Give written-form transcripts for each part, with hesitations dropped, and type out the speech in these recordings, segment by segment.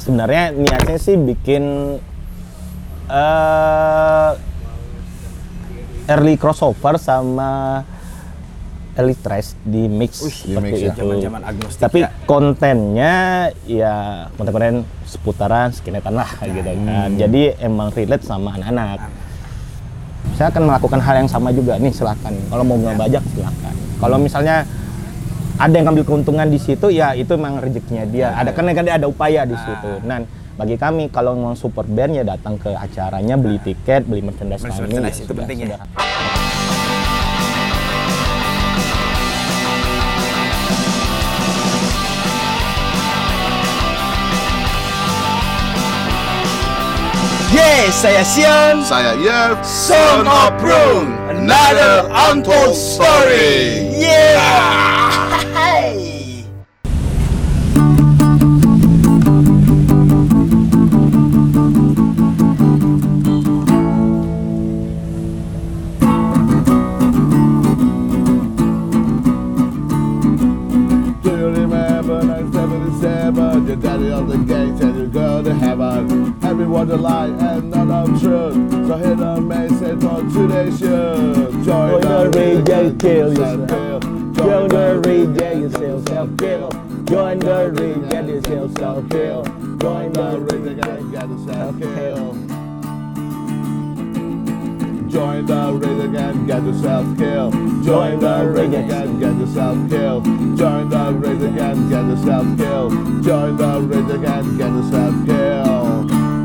Sebenarnya niatnya sih bikin early crossover sama elite trash di mix seperti itu. Zaman-zaman agnostik. Tapi kontennya ya konten-konten seputaran skinheadan lah gitu kan. Jadi emang relate sama anak-anak. Saya akan melakukan hal yang sama juga nih, silakan. Kalau mau ngebajak silakan. Kalau misalnya ada yang ngambil keuntungan di situ, ya itu memang rezekinya dia. Ada kan ada upaya di situ. Nah, bagi kami kalau mau support band ya datang ke acaranya, beli tiket, beli merchandise kami. Itu penting ya. Yes, saya Sion. Saya Yev, Son of Brun. Another untold story. Yeah. do you remember 1977? The daddy of the gang said you go to heaven. Everyone a lie and none of truth. So hit a message on today's show. Join the reject, kill yourself. Join the reject, yourself, self-kill. Join the reject, yourself, self-kill. Join the reject, Get yourself killed. Join the rage and get yourself killed. Join the rage and get yourself killed. Join the rage and get yourself killed. Join the rage and get yourself killed.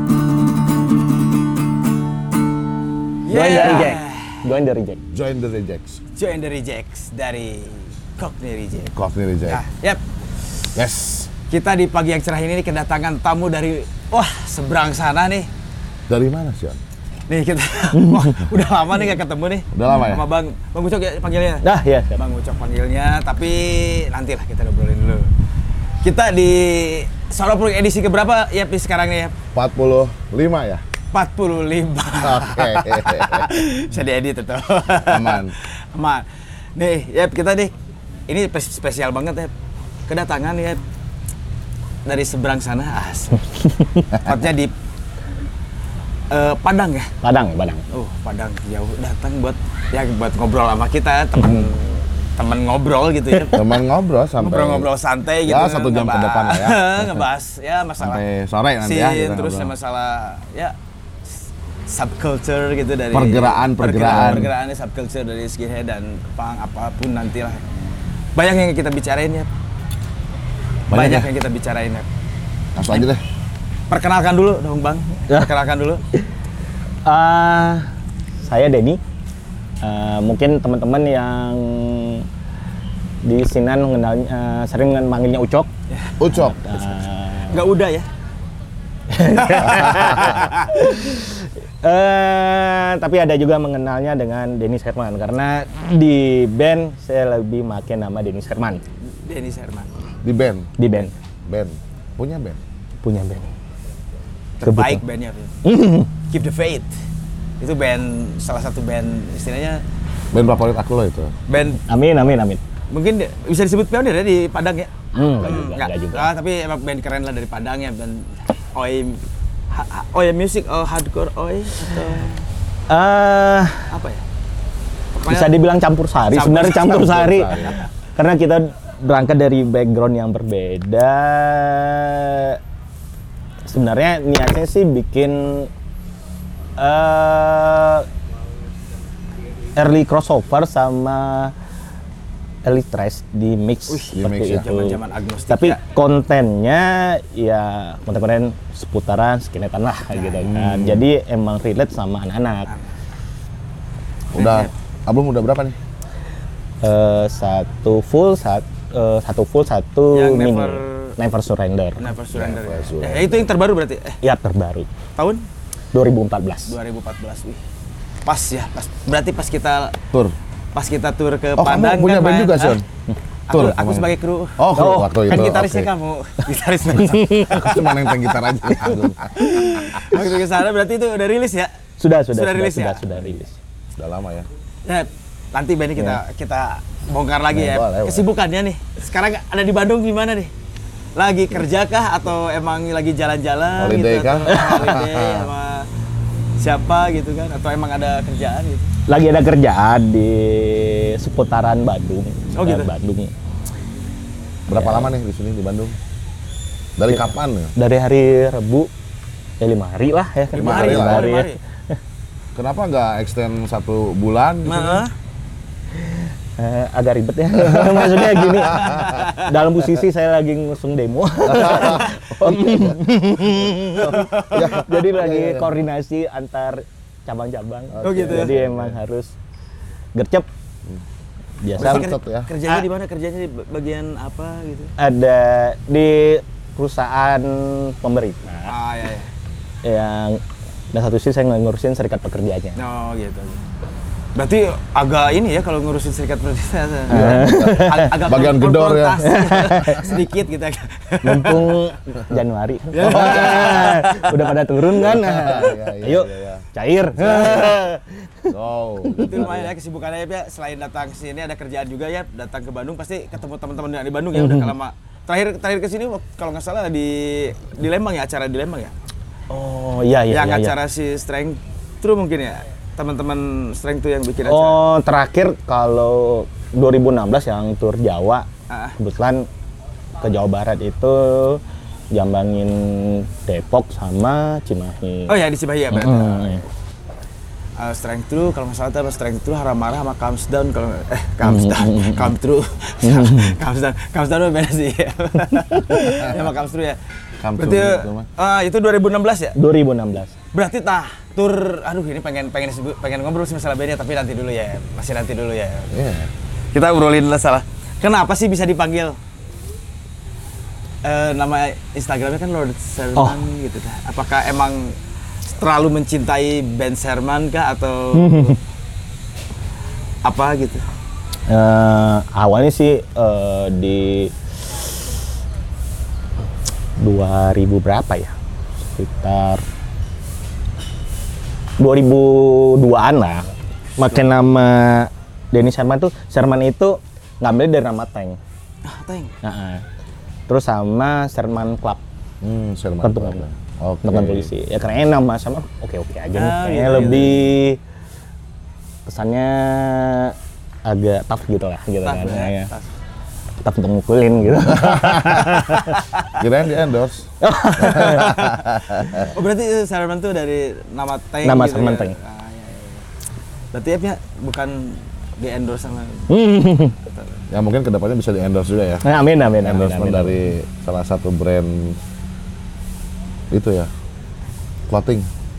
Join the reject. Join the reject. Join the rejects. Join the Rejects dari Cockney Reject. Cockney reject. Nah, yep. Yes. Kita di pagi yang cerah ini kedatangan tamu dari seberang sana nih. Dari mana sih? Nih kita udah lama nih gak ketemu nih. Udah lama ya? Sama Bang Ucok ya panggilnya. Dah ya. Bang Ucok panggilnya, tapi nantilah kita ngobrolin dulu. Kita di Solo Pro edisi keberapa ya sekarang nih ya? 45 ya? 45. Oke. Bisa diedit itu. Aman. Aman. Nih, ya kita nih ini spesial banget ya. Kedatangan ya dari seberang sana. Tepatnya di Padang ya? Padang. Padang jauh datang buat ngobrol sama kita, teman ngobrol gitu ya. Teman ngobrol sampai Ngobrol santai gitu. Ya 1 jam ke depan lah ya. Ngebahas ya masalah sampai sore nanti ya kita terus ngobrol. masalah ya subculture gitu dari pergerakan subculture dari skinhead dan punk apapun nantilah. Banyak yang kita bicarain ya. Banyak yang kita bicarain ya. Langsung aja deh. Perkenalkan dulu dong Bang. Perkenalkan dulu. Saya Denny. Mungkin teman-teman yang di Sinan sering manggilnya Ucok. Ucok. Nggak udah ya? Tapi ada juga mengenalnya dengan Dennis Herman karena di band saya lebih pakai nama Dennis Herman. Dennis Herman. Di band. Band. Punya band. Terbaik bandnya. Keep the Faith. Itu band, salah satu band istilahnya. Band favorit aku loh itu. Band. Amin. Mungkin bisa disebut pionir ya di Padang ya? Enggak juga. Tapi emang band keren lah dari Padang ya. Band Oi music, hardcore Oi atau apa ya? Bisa dibilang campur sari. Sebenarnya campur sari. Karena kita berangkat dari background yang berbeda. Sebenarnya niatnya sih bikin early crossover sama elite trash di mix seperti itu. Zaman-zaman agnostik. Tapi kontennya ya konten-konten seputaran skinheadan lah gitu kan. Jadi emang relate sama anak-anak. Album udah berapa nih? Satu full, satu yang mini. Never Surrender. Ya, itu yang terbaru berarti? Ya terbaru. Tahun? 2014. 2014. Wih. Pas ya, berarti pas kita tur ke Kamu Padang punya kan, band juga, Son? Aku sebagai kru. Waktu Kan itu. gitarisnya kamu. Gitaris band. Aku cuma nenteng gitar aja. Waktu ke sana berarti itu udah rilis ya? Sudah rilis ya? Sudah rilis. Udah lama ya. Ya, nanti bandnya kita bongkar lagi ya. Boleh. Kesibukannya nih. Sekarang ada di Bandung gimana nih? lagi kerja kah atau emang lagi jalan-jalan Holiday gitu kah? atau holiday sama siapa gitu kan atau emang ada kerjaan gitu? Lagi ada kerjaan di seputaran Bandung. Oh, gitu? Bandung. Berapa lama nih di sini di Bandung? Dari kapan ya? Dari hari Rebu, ya 5 hari lah ya. 5 hari lah. 5 hari. Kenapa nggak extend 1 bulan? Gitu? Nah, Agak ribet ya. Maksudnya gini, dalam posisi saya lagi ngusung demo. Jadi lagi koordinasi antar cabang-cabang. Oh, gitu ya? Jadi emang harus gercep. Biasa ya. kerjanya di mana? Kerjanya di bagian apa gitu? ada di perusahaan pemerintah Ah ya. yang dan satu sisi saya ngurusin serikat pekerjanya. Oh gitu. Berarti agak ini ya kalau ngurusin serikat pekerja agak Bagian gedor ya. konfrontasi sedikit gitu. Mumpung Januari. Udah pada turun kan. Ayo cair. Oh, Itu lumayan ya kesibukannya ya. Selain datang ke sini ada kerjaan juga ya. Datang ke Bandung pasti ketemu teman-teman yang di Bandung ya udah lama. Terakhir ke sini kalau nggak salah di Lembang ya, acara di Lembang ya. Oh iya. Yang acara si Strength True mungkin ya. Teman-teman Strength True yang bikin acara. Oh, terakhir kalau 2016 yang tur Jawa. Kebetulan ke Jawa Barat itu jambangin Depok sama Cimahi. Oh ya di Cimahi ya berarti. Iya. Strength True kalau nggak salah itu Strength True Haramarah sama Calms Down kalau Calm True Calms Down beda sih ya sama Calms True ya. Berarti itu 2016 ya? 2016. Berarti tur aduh ini pengen ngobrol sih masalah bandnya tapi nanti dulu ya. Masih nanti dulu ya. Iya. Kita obrolin masalah kenapa sih bisa dipanggil nama Instagramnya kan Lord Sherman gitu dah. Apakah emang terlalu mencintai band Sherman kah atau apa gitu? Awalnya sih di 2000 berapa ya? Sekitar 2002-an lah. Makin nama Denny Sherman tuh, Sherman itu ngambil dari nama Tank. Tank. Terus sama Sherman Club. Sherman. Tentu teman polisi. Ya karena nama sama oke aja nih. Kayaknya lebih kesannya agak tough gitu lah gitu kan. Ya. Tough untuk mukulin gitu. Kirain di endorse. Oh berarti Sherman tuh dari nama Tank. Nama gitu Sherman ya? Tank. Berarti ya bukan di endorse sama. Ya mungkin kedepannya bisa di endorse juga ya. Amin. Endorsement dari salah satu brand itu ya, clothing.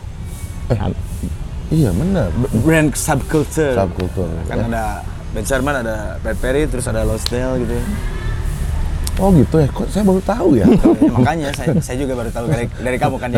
Iya benar. Brand subculture. Kan ya. ada Ben Sherman, ada Brad Perry, terus ada Lonsdale gitu ya. Oh gitu ya, kok saya baru tahu ya. Ya makanya saya juga baru tahu dari kamu kan ya.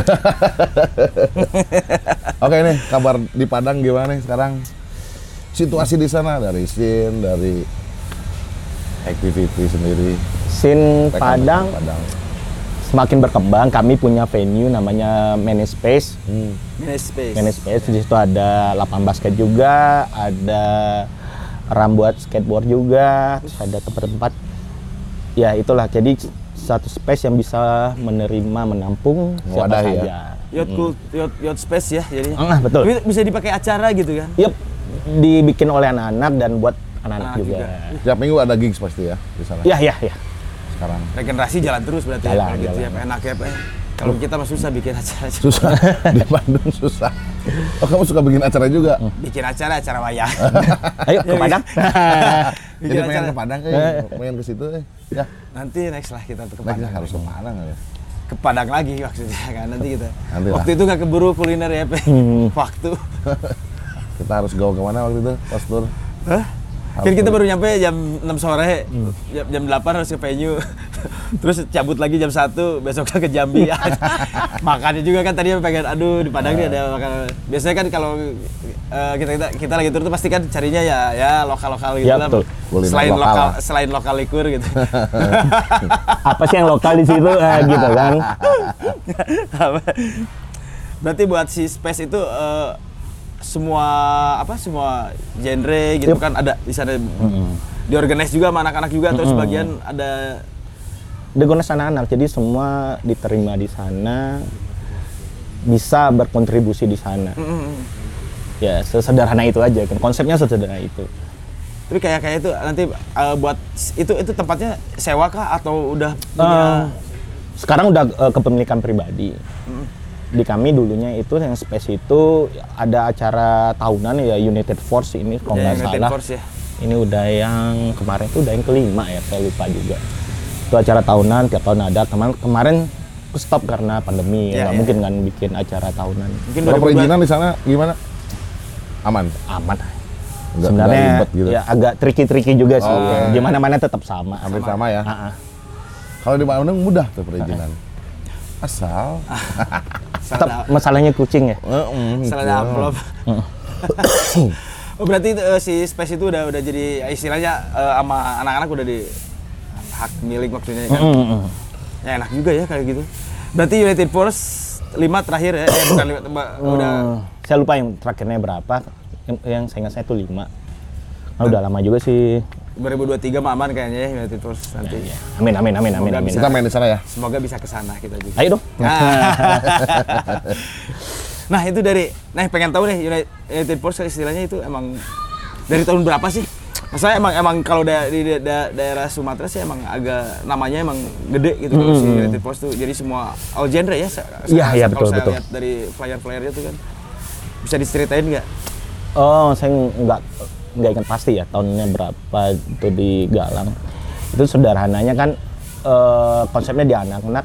Oke nih, kabar di Padang gimana nih sekarang? Situasi di sana dari scene, dari activity sendiri. Scene Padang semakin berkembang. Kami punya venue namanya Many Space. Many Space. Di situ ada lapangan basket juga, ada ram buat skateboard juga, terus ada tempat-tempat. Ya itulah. Jadi satu space yang bisa menampung siapa saja. Yacht space ya jadinya. Betul. Tapi bisa dipakai acara gitu kan? Yep. Dibikin oleh anak-anak dan buat anak-anak juga. Tiap minggu ada gigs pasti ya di sana. Iya. Sekarang regenerasi jalan terus berarti jalan. Gitu ya enak ya Pak. Kalau kita mah susah bikin acara. Susah di Bandung susah. Oh kamu suka bikin acara juga? Bikin acara wayang. Ayo ke Padang. Jadi pengen ke Padang pengen ke situ ya. Nanti next lah kita ke Padang. Harus ke Padang ya. Ke Padang lagi maksudnya kan nanti kita. Nanti itu nggak keburu kuliner ya Pak. Waktu. Kita harus go kemana waktu itu pas tur? Kan kita baru nyampe jam 6 sore, jam 8 harus ke venue. Terus cabut lagi jam 1, besoknya ke Jambi. Makannya juga kan tadi pengen, di Padang nih ada makan. Biasanya kan kalau kita lagi tur tuh pasti kan carinya ya lokal-lokal gitu lah. Selain lokal likur gitu. Apa sih yang lokal di situ gitu kan? Berarti buat si Space itu semua genre gitu kan ada di sana diorganize juga sama anak-anak juga terus bagian ada Degones anak-anak, jadi semua diterima di sana, bisa berkontribusi di sana. Ya sesederhana itu aja kan, konsepnya sesederhana itu. Tapi kayak itu nanti buat itu tempatnya sewa kah atau udah punya? Sekarang udah kepemilikan pribadi. Di kami dulunya itu yang space itu ada acara tahunan ya, United Force ini kalau nggak salah. Force, ya. Ini udah yang kemarin itu udah yang kelima ya, saya lupa juga. Itu acara tahunan, tiap tahun ada. Kemarin stop karena pandemi, nggak mungkin kan bikin acara tahunan. Kalau perizinan di sana gimana? Aman? Aman. Enggak, sebenarnya ribet gitu. ya agak tricky juga sih. Di mana-mana tetap sama. Hampir sama ya. Kalau di Bandung mudah tuh perizinan. Asal. Tetap masalahnya kucing ya. Masalahnya amplop. Oh berarti si space itu udah jadi istilahnya sama anak-anak udah di hak milik maksudnya kan. Ya enak juga ya kayak gitu. Berarti United Force 5 terakhir ya, bukan 5, udah. Saya lupa yang terakhirnya berapa. Yang saya ingat saya itu 5. Nah, udah lama juga sih. 2023 mah aman kayaknya ya United Force nanti. Ya. Amin. Kita main di sana ya. Semoga bisa ke sana kita juga. Ayo dong. Nah itu pengen tahu nih United Force istilahnya itu emang dari tahun berapa sih? Maksudnya emang kalau di daerah Sumatera sih emang agak namanya emang gede gitu kalau si United Force tuh. Jadi semua all genre ya. Iya betul. Kalau saya lihat dari flyer-flyernya tuh kan. Bisa diceritain nggak? Oh, saya nggak ingat pasti ya tahunnya berapa itu di Galang. Itu sederhananya kan konsepnya di anak-anak.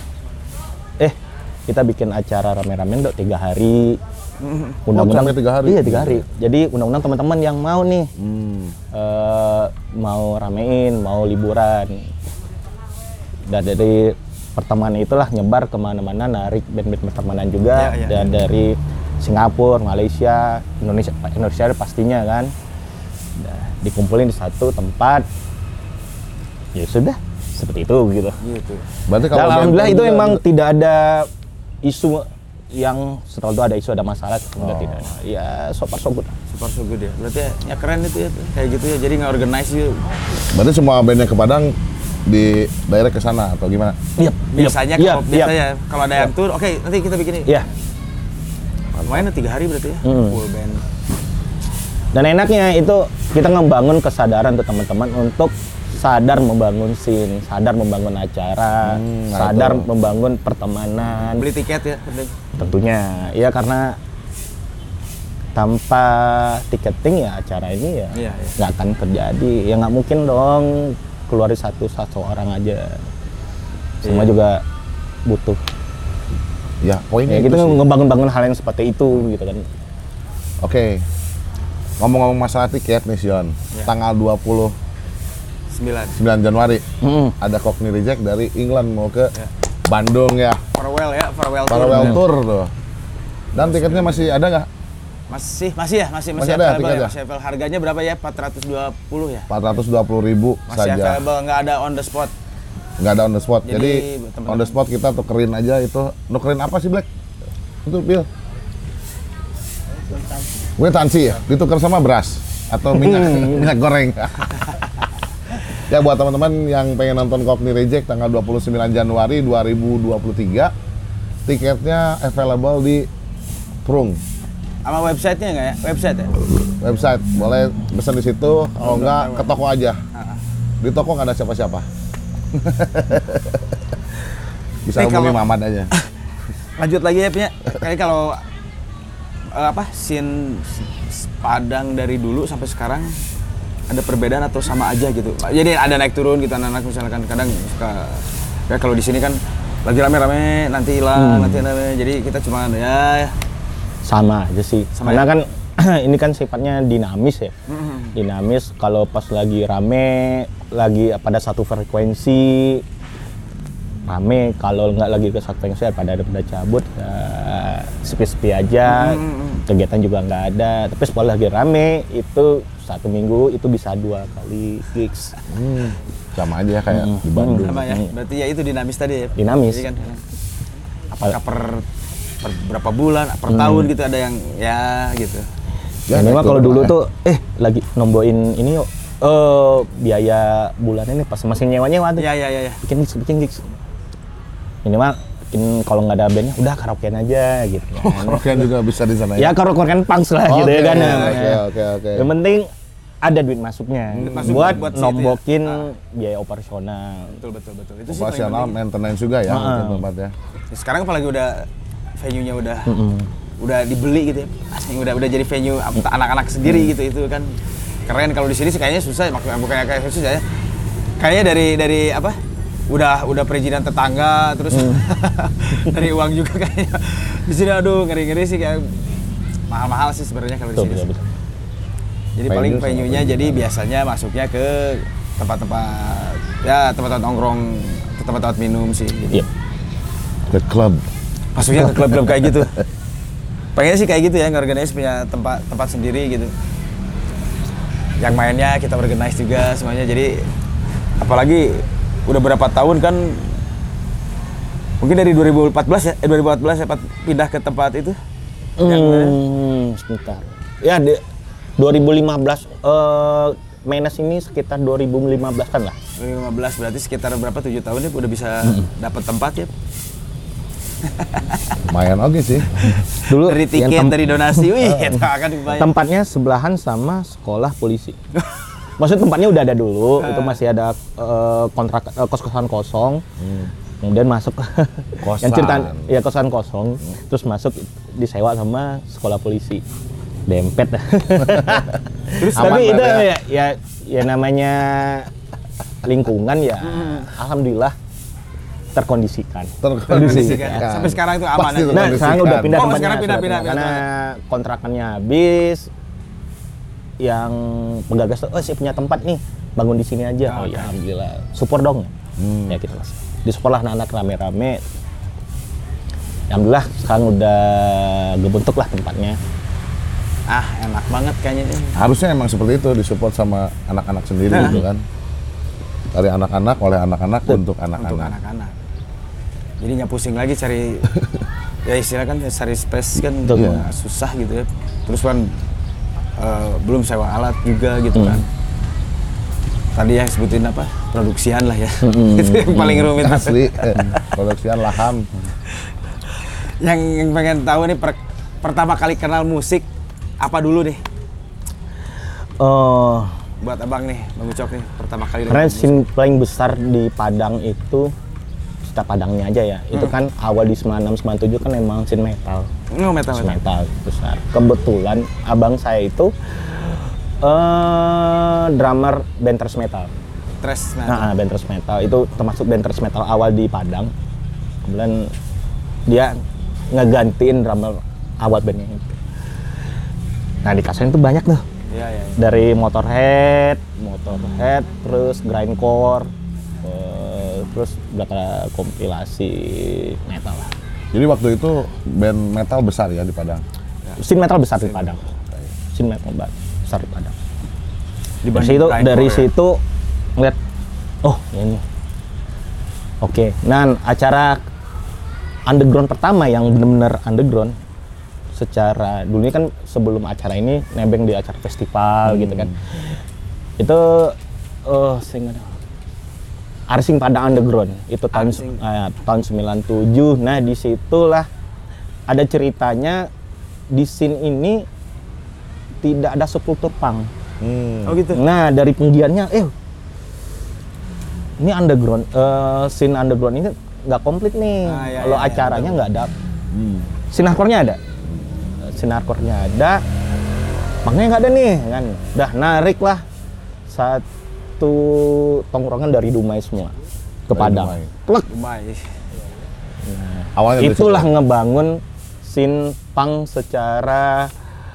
Kita bikin acara rame-rame dok 3 hari. Undang-undang 3 hari. Iya 3 hari. Jadi undang-undang teman-teman yang mau nih mau ramein, mau liburan. Dan dari pertemanan itulah nyebar kemana-mana, narik band-band pertemanan juga. Dan dari Singapura, Malaysia, Indonesia pastinya kan. Dikumpulin di satu tempat. Ya sudah, seperti itu gitu. Berarti kalau alhamdulillah itu emang tidak ada isu yang setelah itu ada isu ada masalah enggak tidak. Ya so far so good ya. Berarti ya keren itu ya kayak gitu ya. Jadi nggak organize gitu. Berarti semua bandnya ke Padang di daerah ke sana atau gimana? Iya. Biasanya kalau ada yang tour, oke, nanti kita bikin ini. Iya. Lumayan 3 hari berarti ya. Full band. Dan enaknya itu kita ngebangun kesadaran tuh teman-teman untuk sadar membangun scene, sadar membangun acara, sadar membangun pertemanan. Beli tiket ya, penting. Tentunya, ya karena tanpa tiketing ya acara ini ya nggak akan terjadi. Ya nggak mungkin dong keluarin satu orang aja. Semua juga butuh. Ya, poinnya ya, kita ngebangun hal yang seperti itu gitu kan. Oke. Ngomong-ngomong masalah tiket nih Sion, tanggal 29 Januari ada Cockney Reject dari England mau ke Bandung ya. Farewell tour tuh. Dan tiketnya masih ada nggak? Masih ada tiketnya. Masih available. Harganya berapa ya? 420 ya? 420.000 saja. Masih available, nggak ada on the spot. Nggak ada on the spot. Jadi on the spot kita tukerin aja itu. Nukerin apa sih Black? Itu Bill. Witansi ya, ditukar sama beras atau minyak goreng. Ya buat teman-teman yang pengen nonton Cockney Reject tanggal 29 Januari 2023, tiketnya available di Prung. Sama websitenya nggak ya? Website ya? Website, boleh pesan di situ, kalau nggak ke toko aja. Di toko nggak ada siapa-siapa. Bisa hubungi Mamat aja. Lanjut lagi ya, Pnya. Kayak kalau scene Padang dari dulu sampai sekarang ada perbedaan atau sama aja gitu. Jadi ada naik turun gitu anak-anak misalkan kadang suka ya kalau di sini kan lagi rame-rame nanti hilang nanti rame. Jadi kita cuma ya sama aja sih. Karena kan ini kan sifatnya dinamis ya. Dinamis kalau pas lagi rame lagi pada satu frekuensi rame, kalau nggak lagi ke satu frekuensi pada cabut ya, sepi-sepi aja. Kegiatan juga nggak ada. Tapi setelah lagi rame itu 1 minggu itu bisa 2 kali gigs. Sama aja ya kayak di Bandung. Sama ya. Berarti ya itu dinamis tadi ya. Dinamis. Jadi kan apakah per berapa bulan, per tahun gitu ada yang ya gitu. Ya memang kalau dulu tuh lagi nomboin ini yuk Biaya bulannya nih pas masih nyewa tuh. Iya. Bikin gigs. Minimal kalau nggak ada bandnya udah karaokean aja gitu. Karaokean juga bisa di sana ya? Ya karaokean punks lah gitu ya kan. Oke. Yang penting ada duit masuknya buat nombokin biaya operasional. Betul. Itu sih operasional, maintenance juga ya tempatnya. Sekarang apalagi udah venue-nya udah dibeli gitu ya. Udah jadi venue anak-anak sendiri gitu, itu kan keren. Kalau di sini sih kayaknya susah, bukannya kayak susah ya. Kayaknya dari apa? Udah perizinan tetangga, terus dari uang juga kayaknya. Di sini aduh ngeri sih, kayak mahal sih sebenarnya kalau di sini. Betul. Jadi paling venue-nya jadi biasanya masuknya ke tempat-tempat nongkrong, ke tempat-tempat minum sih gitu. Iya. Ke klub. Masuknya ke klub-klub kayak gitu. Pengennya sih kayak gitu ya, nge-organize punya tempat sendiri gitu. Yang mainnya kita organize juga semuanya. Jadi apalagi udah berapa tahun kan, mungkin dari 2014 ya pindah ke tempat itu. Sebentar. Ya 2015 Menes ini sekitar 2015 kan lah. 2015 berarti sekitar berapa 7 tahun ya udah bisa dapat tempat ya. Lumayan oke sih. Dulu dari tiket, dari donasi, itu akan dibayar. Tempatnya sebelahan sama sekolah polisi. Maksudnya tempatnya udah ada dulu, itu masih ada kontrak kos-kosan kosong. Kemudian masuk kosan. Yang cerita ya kosan kosong, terus masuk disewa sama sekolah polisi. Dempet. Terus tapi itu ya namanya lingkungan ya, alhamdulillah terkondisikan. Sampai sekarang itu aman aja. Nah, sekarang udah pindah tempatnya. Sekarang pindah. Karena kontrakannya habis. Yang penggagas tuh, saya punya tempat nih, bangun di sini aja. Oh ya, alhamdulillah. Support dong. Ya gitu mas. Disupport lah anak-anak rame-rame. Alhamdulillah sekarang udah kebentuk lah tempatnya. Enak banget kayaknya ini. Harusnya emang seperti itu, disupport sama anak-anak sendiri gitu kan. Dari anak-anak, oleh anak-anak, untuk anak-anak. Jadi nggak pusing lagi cari, ya istilah kan cari space kan susah gitu ya. Terus kan belum sewa alat juga gitu kan. Tadi yang sebutin apa? Produksian lah ya. Itu yang paling rumit. Asli, produksian laham. Yang pengen tahu nih pertama kali kenal musik apa dulu deh? Buat abang nih, Bang Ucok nih, pertama kali. Karena scene paling besar di Padang itu, cerita Padangnya aja ya, itu kan awal di 96-97 kan memang scene metal. Metal besar. Kebetulan abang saya itu drummer band thrash metal. Band thrash metal itu termasuk band thrash metal awal di Padang. Kemudian dia ngegantiin drummer awal bandnya itu. Nah di Kasen itu banyak tuh. Iya. Dari Motorhead, terus grindcore, terus berapa kompilasi metal lah. Jadi waktu itu band metal besar ya di Padang? Scene metal besar di Padang. Scene metal besar di Padang. Dari situ ngeliat, oh ini. Oke. Nah acara underground pertama yang benar-benar underground secara dulu ini kan sebelum acara ini nebeng di acara festival gitu kan. Itu Arsing Padang Underground itu tahun 97. Nah disitulah ada ceritanya, di scene ini tidak ada subkultur punk. Oh gitu. Nah dari penggiatnya ini underground, scene underground ini nggak komplit nih. Kalau acaranya nggak ada. Scene hardcore-nya ada. Sinarkornya ada, makanya nggak ada nih kan. Udah narik lah satu tongkrongan dari Dumai semua ke Padang. Dumai. Nah, itulah ngebangun scene punk secara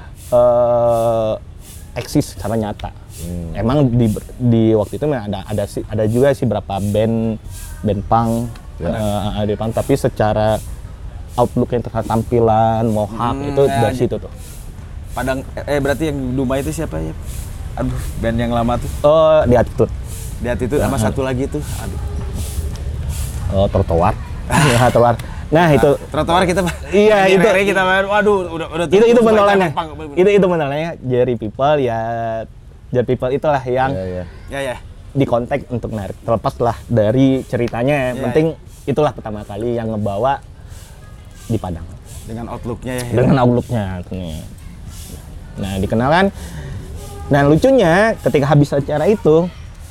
eksis, secara nyata. Emang di waktu itu ada juga sih berapa band punk, ada punk, tapi secara outlook yang terhadap tampilan, mohawk itu dari situ tuh. Padang, berarti yang Dumai itu siapa ya? Aduh, band yang lama tuh. Di Attitude. Di Attitude sama satu lagi tuh. Trotoar. Trotoar. Nah, itu Trotoar kita. Iya, itu kita main. Waduh, udah itu pentolannya. Itu pentolannya Jerry People ya, Jar People itulah yang Ya. di kontak untuk narik. Terlepas lah dari ceritanya, yang penting itulah pertama kali yang ngebawa di Padang. Dengan outlook-nya ya. Dengan outlook-nya. Nah, dikenalan. Nah, lucunya ketika habis acara itu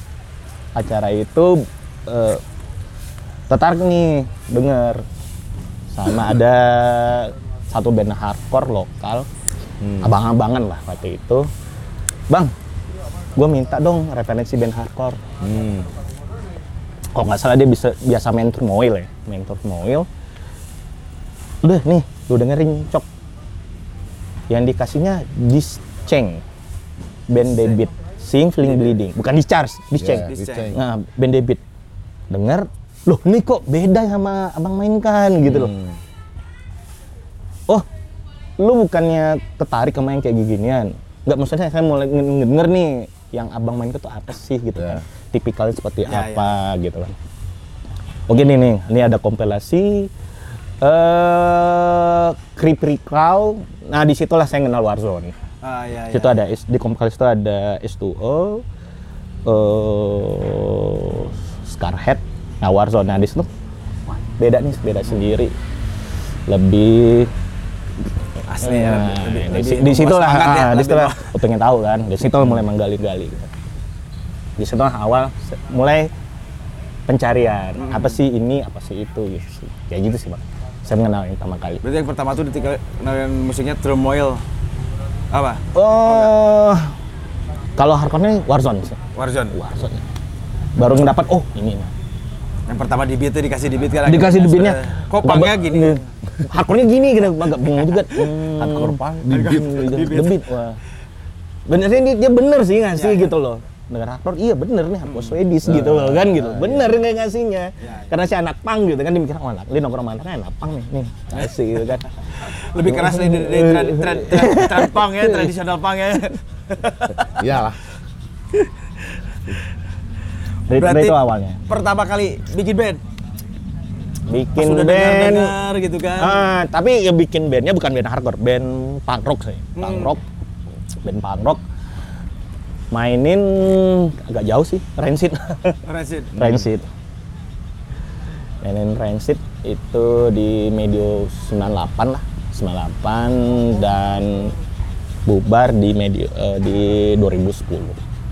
tertarik nih denger sama ada satu band hardcore lokal, abang-abangan lah waktu itu. Bang, gue minta dong referensi band hardcore. Kalau nggak salah dia biasa main Turmoil ya, main Turmoil. Udah nih, lu dengerin Cok. Yang dikasihnya Discharge, band debit, Seeing Feeling Bleeding, bukan Discharge, Discharge. Nah, band debit. Denger, loh ini kok beda sama abang mainkan gitu loh. Oh, lu bukannya tertarik sama yang kayak ginian? Nggak, maksudnya saya mulai denger nih yang abang main itu apa sih gitu kan, tipikalnya seperti apa gitu kan. Oke nih, ini ada kompilasi Creepy Crow. Nah disitulah saya kenal Warzone. Situ ada di kompilasi itu ada S2O, Scarhead, nah Warzone. Nah di situ beda sendiri, lebih asli ya. Di situ lah, pengen tahu kan. Di situ mulai menggali-gali. Di situ awal mulai pencarian. Apa sih ini, apa sih itu gitu. Kayak gitu sih, Bang. Saya mengenal yang pertama kali. Berarti yang pertama tuh kenalin musiknya Turmoil. Apa? Kalau hardcore-nya Warzone sih. Warzone. Baru mendapat ini. Yang pertama di beat tuh dikasih di beat kan. Dikasih di beatnya. Kok pangnya gini? Hardcore-nya gini agak bingung juga. Hardcore pang di beat. Wah. Benernya dia bener sih ngasih gitu loh. Dengar hardcore, iya bener nih hardcore Swedish gitu loh kan gitu. Bener nggak ngasihnya. Karena si anak punk gitu kan, dia mikir, oh ini nongkrong sama anaknya anak punk nih. Ngasih gitu kan. Lebih keras dari tren punk ya, tradisional punk ya. Iyalah. Berarti itu awalnya. Pertama kali bikin band. Bikin band gitu kan. Tapi ya bikin bandnya bukan band hardcore, band punk rock sih. Band punk rock. Mainin agak jauh sih, Rancid. Mainin Rancid itu di medio 98 lah. 98 dan bubar di di 2010.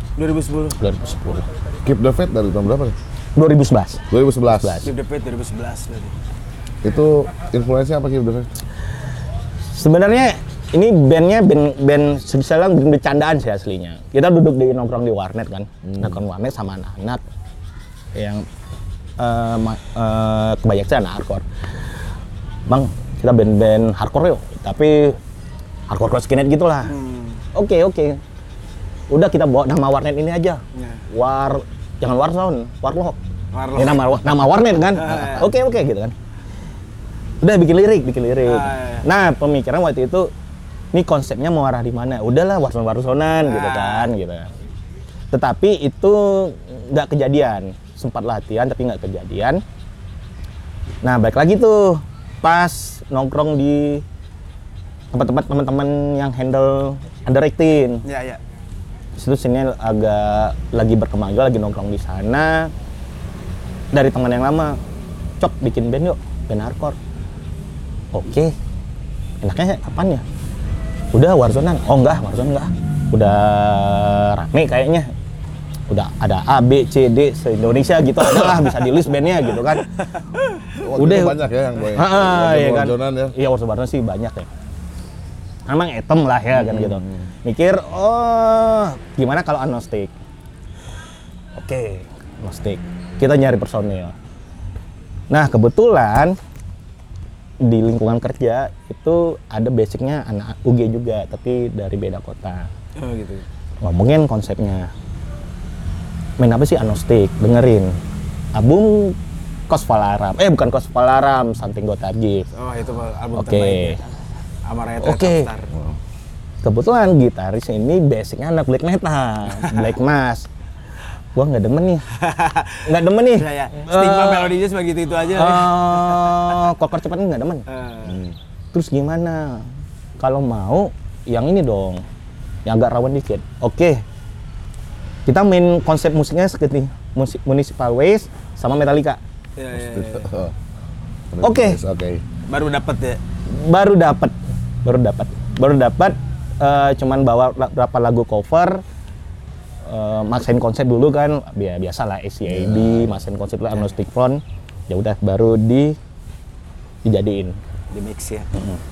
2010. Keep the Faith dari tahun berapa nih? 2011. Keep the Faith 2011 berarti. Itu influensinya apa Keep the Faith? Sebenarnya ini bandnya band misalnya band bercandaan sih aslinya. Kita duduk di nongkrong di warnet kan, nongkrong warnet sama anak-anak yang kebanyakan anak hardcore. Bang, kita band hardcore yuk, tapi hardcore skinhead gitulah. Oke. Udah kita bawa nama warnet ini aja. Jangan Warzone, Warlock. Ini nama warnet kan. Oke gitu kan. Udah bikin lirik. Nah, pemikiran waktu itu ini konsepnya mau arah di mana? Udahlah Warzone-Warzonan gitu kan gitu. Tetapi itu nggak kejadian. Sempat latihan tapi nggak kejadian. Nah, balik lagi tuh pas nongkrong di tempat-tempat teman-teman yang handle under 18. Iya. Situ sini agak lagi berkembang juga, lagi nongkrong di sana. Dari teman yang lama, Cok bikin band yuk, band hardcore. Oke. Enaknya apaan ya? Udah Warzonean. Oh enggak, Warzone enggak. Udah rame kayaknya. Udah ada A, B, C, D se-Indonesia gitu adalah bisa di list bandnya gitu kan. Udah banyak ya yang iya kan. Warzonean ya. Iya, Warzone sih banyak ya. Emang item lah ya kan gitu. Mikir, gimana kalau agnostik? Oke, agnostik. Kita nyari personil. Nah, kebetulan di lingkungan kerja itu ada basicnya anak UG juga, tapi dari beda kota. Oh gitu. Ngomongin konsepnya. Main apa sih agnostik? Dengerin. Album Kosvalaram. Bukan Kosvalaram, Something Got Gift. Oh, itu album terbaik. Amareta Star. Kebetulan gitaris ini basicnya anak black metal, black mass. Gua nggak demen nih. Ya. Stigma melodinya sebegitu itu aja. Kokor cepatnya nggak demen. Terus gimana? Kalau mau yang ini dong, yang agak rawan dikit. Oke. Kita main konsep musiknya seperti musik Municipal Waste sama Metallica. Iya. Oke. Baru dapat ya. Baru dapat cuman bawa beberapa lagu cover, maksain konsep dulu kan, biasalah ACAB, maksain konsep lah Agnostic Front, ya udah baru dijadiin di mix ya.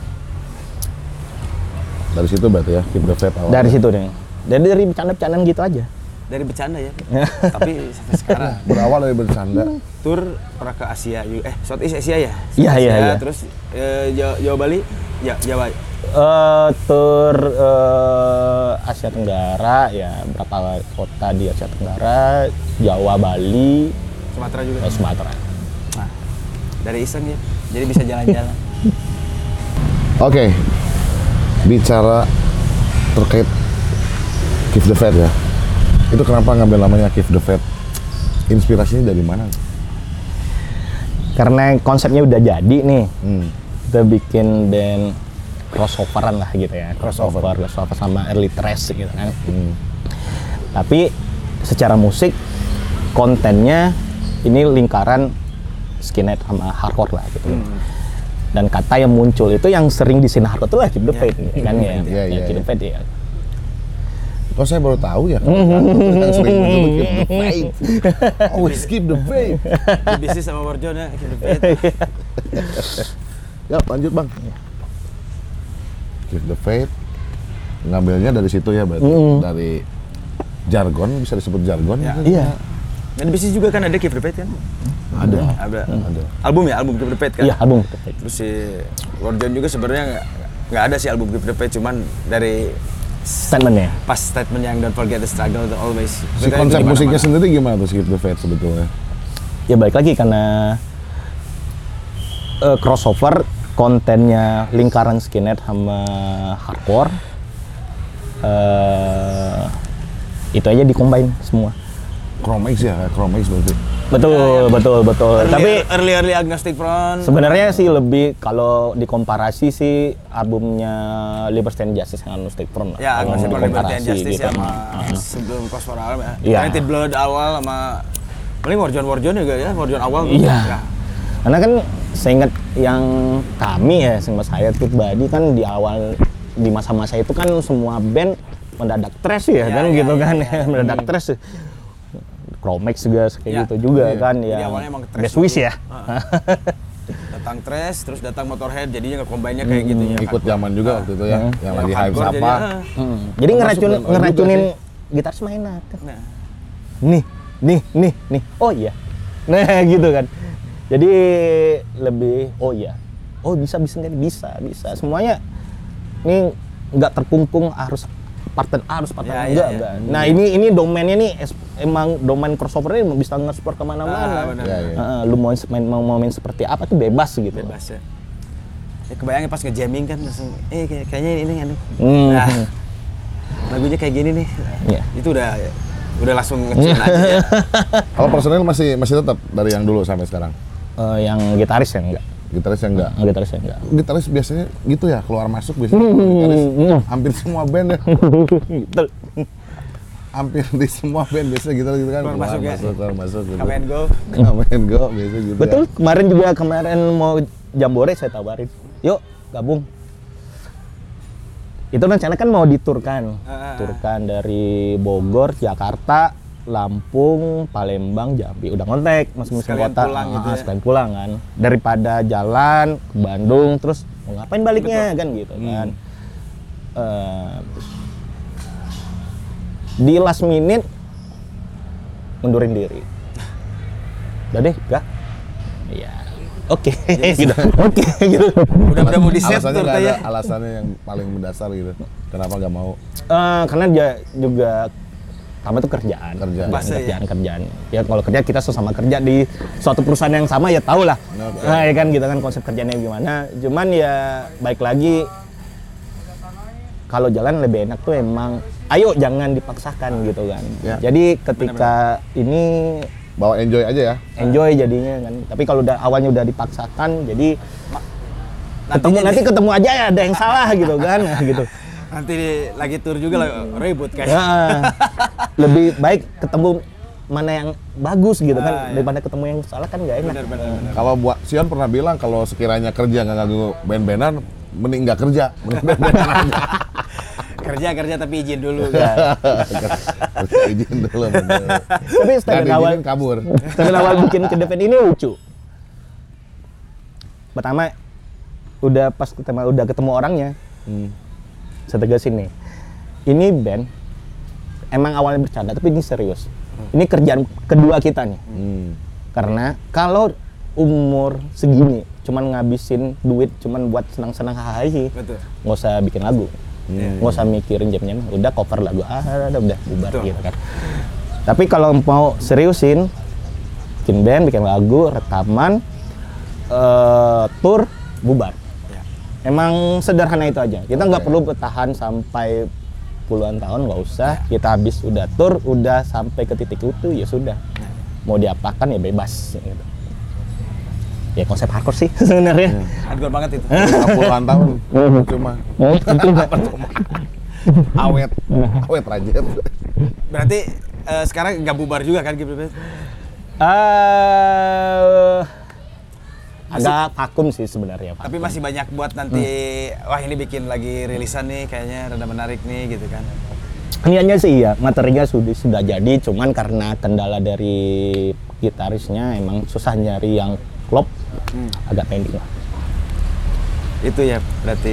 Dari situ berarti ya, Keep the Faith awalnya. Dari situ deh. Dari bercanda-bercandaan gitu aja. Dari bercanda ya. Tapi sampai sekarang Berawal dari bercanda. tur pernah ke Asia juga. Southeast Asia ya? Iya. Terus Jawa Bali, Jawa. Tur Asia Tenggara ya, berapa kota di Asia Tenggara, Jawa, Bali, Sumatera juga. Sumatera. Nah, dari iseng ya. Jadi bisa jalan-jalan. Oke. Bicara terkait Keep the Faith ya. Itu kenapa ngambil namanya Keep the Faith? Inspirasinya dari mana? Karena konsepnya udah jadi nih. Kita bikin band crossoveran lah gitu ya. Crossover sama early thrash gitu kan. Tapi secara musik kontennya ini lingkaran skinhead sama hardcore lah gitu. Dan kata yang muncul itu yang sering di scene hardcore itu lah Keep the Faith kan ya. Keep the Faith ya. Kok saya baru tahu ya? Yang sering muncul Keep the Faith. Always Keep the Faith. Di bisnis sama Warjon ya, Keep the Faith. Ya, lanjut Bang. Keep the Faith. Ngambilnya dari situ ya berarti. Dari jargon, bisa disebut jargon. Ya. Iya. Dan di bisnis juga kan ada Keep the Faith kan? Ada. Album Keep the Faith kan? Iya, album Keep the Faith. Terus si Warjon juga sebenarnya nggak ada sih album Keep the Faith, cuman dari Statementnya. pas statement yang don't forget the struggle to always. Si konsep musiknya sendiri gimana tuh Keep the Faith sebetulnya? Ya balik lagi karena crossover, kontennya lingkaran skinhead sama hardcore, itu aja dicombine semua. Chromex ya, Chromex berarti. Betul. Tapi early Agnostic Front. sebenarnya sih lebih kalau dikomparasi sih albumnya Liberty and Justice dengan Agnostic Front lah. Ya, Kalau Agnostic Front, Liberty and dikomparasi Justice gitu. sama sebelum Cosmos Alarm ya. Iya. Painted Blood awal sama paling Warjon juga ya, Warjon awal. Iya. Ya. Karena kan seingat yang kami ya, sama saya pribadi kan di awal di masa-masa itu kan semua band mendadak thrash ya, kan gitu kan. Mendadak thrash. Chromex juga kayak gitu juga kan ya. Jadi awalnya emang thrash. Best Wish ya. Datang thrash, terus datang Motorhead, jadinya nge-combine-nya kayak gitu ya. Ikut zaman juga waktu itu ya, yang lagi hype siapa. Jadi Termasuk ngeracunin juga gitaris mainan. Nah, Nih. Oh iya. Nah gitu kan. Jadi lebih oh bisa semuanya ini nggak terkungkung harus partner A harus partner enggak. Nah ini domainnya nih emang domain crossover ini bisa nge-support kemana-mana. Lu mau main seperti apa tuh bebas gitu. Bebas ya. Ya kebayangnya pas nge-jamming kan langsung kayaknya ini Nah, lagunya kayak gini nih. Iya. Itu udah langsung nge-tune aja ya. Kalau personil masih tetap dari yang dulu sampai sekarang. Yang gitaris ya enggak. Gitarisnya enggak. Gitarisnya enggak. Gitaris biasanya gitu ya, keluar masuk biasanya. Gitaris hampir semua band ya. Betul. Hampir di semua band biasanya gitu kan. Keluar masuk Gitu. Come and go. Come and go biasa gitu. Betul. Ya. Kemarin mau Jambore saya tawarin. Yuk, gabung. Itu rencana kan mau diturkan. Turkan dari Bogor, Jakarta, Lampung, Palembang, Jambi. Udah ngontek masing-masing kota. Pulang gitu ya. Sekalian pulang kan. Daripada jalan ke Bandung terus mau ngapain baliknya kan gitu kan. Di last minute mundurin diri. Udah deh, enggak. Iya. Oke. Gitu. Oke gitu. Udah mau di-set Alasannya tuh nggak ada ya. alasannya yang paling mendasar gitu. Kenapa nggak mau? Karena dia juga pertama itu kerjaan. Kerjaan. Ya kalau kerja kita sesama kerja di suatu perusahaan yang sama ya tau lah. Nah ya kan gitu kan konsep kerjanya gimana. Cuman ya baik lagi kalau jalan lebih enak tuh emang ayo jangan dipaksakan gitu kan. Ya. Jadi ketika ini Bawa enjoy aja ya. enjoy jadinya kan. Tapi kalau udah awalnya udah dipaksakan jadi ketemu aja ya ada yang salah gitu kan. Nah, gitu. Nanti lagi tur juga lah ribut kayak. Ya, lebih baik ketemu mana yang bagus gitu kan daripada ketemu yang salah kan nggak enak. Benar. Kalau buat Sion pernah bilang kalau sekiranya kerja nggak ganggu band-bandan, mending nggak kerja. Mending band-bandan aja. kerja tapi izin dulu kan. Izin dulu. Tapi style awal kabur. Style awal bikin ke The Band ini lucu. Pertama udah ketemu orangnya. Saya tegasin nih. Ini band emang awalnya bercanda tapi ini serius. Ini kerjaan kedua kita nih. Karena kalau umur segini cuman ngabisin duit cuman buat senang-senang hahaha, nggak usah bikin lagu. Nggak usah mikirin jamnya, udah cover lagu udah bubar gitu kan. Tapi kalau mau seriusin, bikin band, bikin lagu, rekaman, tour, bubar. Emang sederhana itu aja. Kita nggak perlu bertahan sampai puluhan tahun, nggak usah. Kita habis udah tour, udah sampai ke titik itu ya sudah. Mau diapakan ya bebas. Gitu. Ya konsep hardcore sih sebenarnya. Hardcore banget itu. Puluhan tahun cuma awet aja. Berarti sekarang nggak bubar juga kan gitu? Agak vakum sih sebenarnya. Tapi masih banyak buat nanti. Wah ini bikin lagi rilisan nih, kayaknya rada menarik nih gitu kan. Niatnya sih iya, materinya sudah jadi, cuman karena kendala dari gitarisnya emang susah nyari yang klop, agak pending lah. Itu ya berarti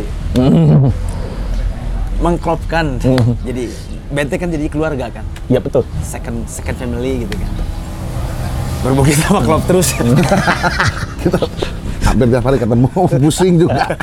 mengklopkan. Jadi band kan jadi keluarga kan. Iya betul. Second family gitu kan. Berbukit sama klop terus. Kita hampir tiap hari ketemu, pusing juga.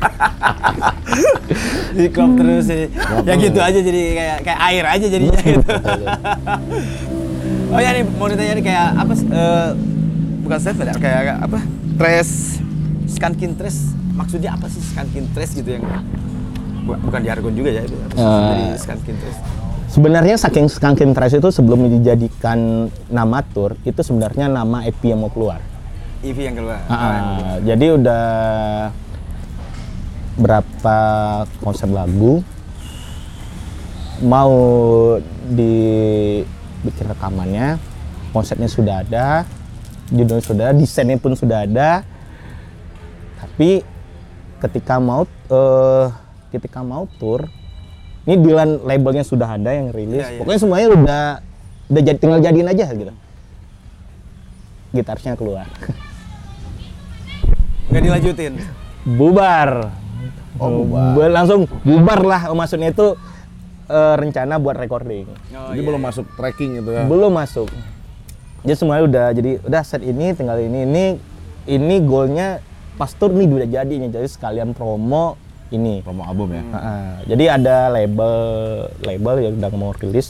Di klop terus jadi. Ya gitu aja jadi kayak air aja jadinya gitu. Oh ya nih mau ditanya nih kayak apa bukan statement ya, kayak apa? Trash, skanking trash. Maksudnya apa sih skanking trash gitu yang bukan jargon juga ya itu. Jadi skanking trash. Sebenarnya saking Skanking Trash itu sebelum dijadikan nama tour, itu sebenarnya nama EP yang mau keluar. EP yang keluar. Jadi udah berapa konsep lagu mau dibikin rekamannya, konsepnya sudah ada, judulnya sudah ada, desainnya pun sudah ada. Tapi ketika mau tour, ini dealan labelnya sudah ada yang rilis. Pokoknya semuanya udah tinggal jadiin aja gitu. Gitarisnya keluar. Nggak dilanjutin. Bubar. Bubar. Langsung bubar lah. Maksudnya itu rencana buat recording. Jadi belum masuk tracking gitu ya. Belum masuk. Jadi semuanya udah set ini tinggal ini goalnya pas tour nih udah jadi nih. Jadi sekalian promo album ya. Jadi ada label yang udah mau rilis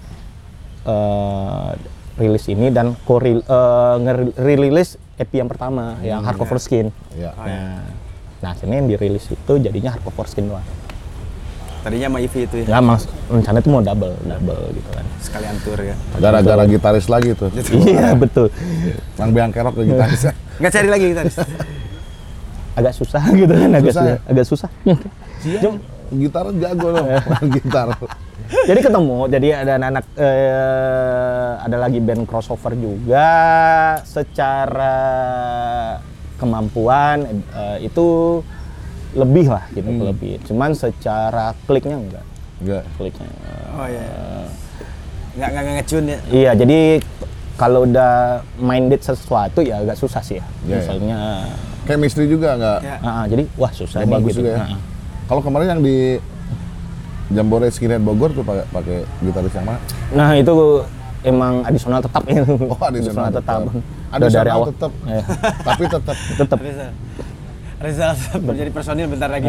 ini dan ngerilis EP yang pertama yang Hardcore Skin. Nah, sini yang dirilis itu jadinya Hardcore Skin doang. Tadinya sama EP itu ya? Nggak, rencana itu mau double gitu kan. Sekalian tour ya? Gara-gara gitaris lagi tuh. Iya, betul. Yang biang kerok ke gitaris. Nggak cari lagi gitaris? Agak susah gitu kan, agak susah. Siap, gitar jago loh, gitar. Jadi ketemu, jadi ada anak ada lagi band crossover juga, secara kemampuan itu lebih lah gitu, lebih. Cuman secara kliknya enggak. Kliknya. Oh iya. Nggak ngecun ya? Iya, jadi kalau udah minded sesuatu ya agak susah sih ya. Misalnya chemistry juga nggak? Jadi wah susah nih bagus gitu. Juga ya. Kalau kemarin yang di Jambore Skinhead Bogor tuh pakai gitaris yang mana? Nah itu emang adisional tetap ya. Oh adisional tetap. Ada dari awal tetap. Tapi tetap. Rizal menjadi personil bentar lagi.